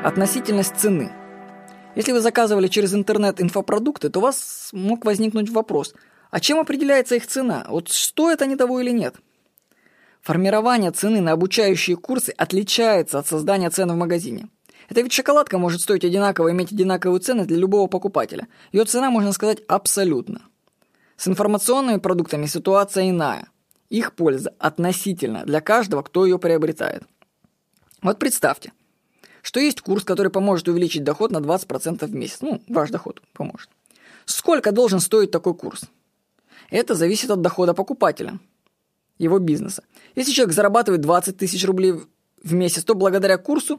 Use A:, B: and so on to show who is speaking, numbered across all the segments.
A: Относительность цены. Если вы заказывали через интернет инфопродукты, то у вас мог возникнуть вопрос, а чем определяется их цена? Вот стоят они того или нет? Формирование цены на обучающие курсы отличается от создания цен в магазине. Это ведь шоколадка может стоить одинаково и иметь одинаковую цену для любого покупателя. Ее цена, можно сказать, абсолютна. С информационными продуктами ситуация иная. Их польза относительна для каждого, кто ее приобретает. Вот представьте, что есть курс, который поможет увеличить доход на 20% в месяц. Ваш доход поможет. Сколько должен стоить такой курс? Это зависит от дохода покупателя, его бизнеса. Если человек зарабатывает 20 тысяч рублей в месяц, то благодаря курсу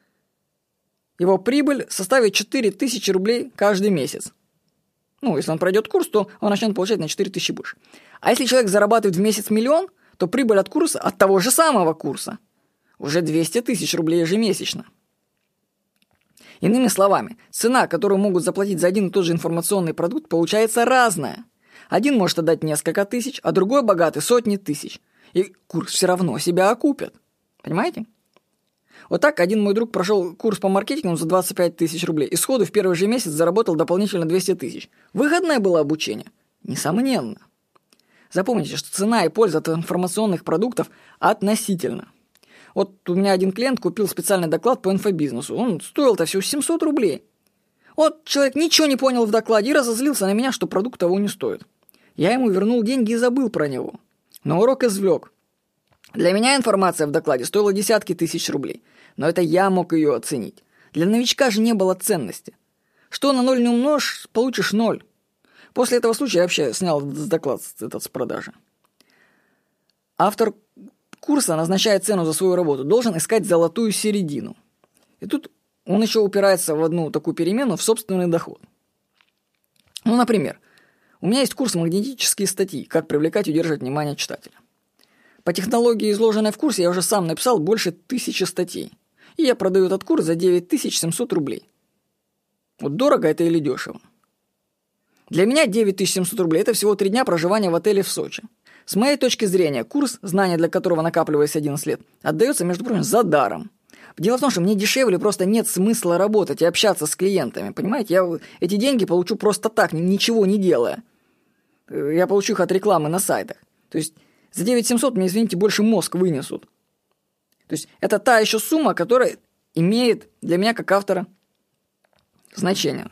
A: его прибыль составит 4 тысячи рублей каждый месяц. Если он пройдет курс, то он начнет получать на 4 тысячи больше. А если человек зарабатывает в месяц 1 000 000, то прибыль от курса, от того же самого курса, уже 200 тысяч рублей ежемесячно. Иными словами, цена, которую могут заплатить за один и тот же информационный продукт, получается разная. Один может отдать несколько тысяч, а другой богатый сотни тысяч. И курс все равно себя окупит. Понимаете? Вот так один мой друг прошел курс по маркетингу за 25 тысяч рублей и сходу в первый же месяц заработал дополнительно 200 тысяч. Выгодное было обучение? Несомненно. Запомните, что цена и польза от информационных продуктов относительно. Вот у меня один клиент купил специальный доклад по инфобизнесу. Он стоил-то всего 700 рублей. Вот человек ничего не понял в докладе и разозлился на меня, что продукт того не стоит. Я ему вернул деньги и забыл про него. Но урок извлек. Для меня информация в докладе стоила десятки тысяч рублей. Но это я мог ее оценить. Для новичка же не было ценности. Что на 0 не умножишь, получишь 0. После этого случая я вообще снял доклад этот с продажи. Автор курса, назначая цену за свою работу, должен искать золотую середину. И тут он еще упирается в одну такую перемену, в собственный доход. Например, у меня есть курс «Магнетические статьи. Как привлекать и удерживать внимание читателя». По технологии, изложенной в курсе, я уже сам написал больше 1000 статей. И я продаю этот курс за 9700 рублей. Вот дорого это или дешево? Для меня 9700 рублей – это всего 3 дня проживания в отеле в Сочи. С моей точки зрения, курс, знания для которого накапливались 11 лет, отдается, между прочим, за даром. Дело в том, что мне дешевле просто нет смысла работать и общаться с клиентами, понимаете? Я эти деньги получу просто так, ничего не делая. Я получу их от рекламы на сайтах. То есть за 9700 мне, извините, больше мозг вынесут. То есть это та еще сумма, которая имеет для меня как автора значение.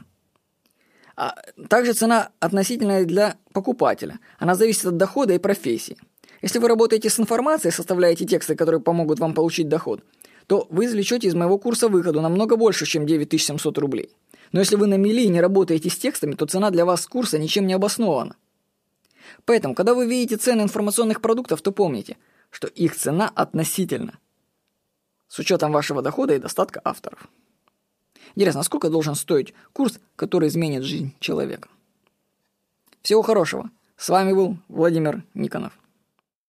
A: А также цена относительная для покупателя. Она зависит от дохода и профессии. Если вы работаете с информацией, составляете тексты, которые помогут вам получить доход, то вы извлечете из моего курса выходу намного больше, чем 9700 рублей. Но если вы на мели и не работаете с текстами, то цена для вас курса ничем не обоснована. Поэтому, когда вы видите цены информационных продуктов, то помните, что их цена относительна, с учетом вашего дохода и достатка авторов. Интересно, сколько должен стоить курс, который изменит жизнь человека? Всего хорошего. С вами был Владимир Никонов.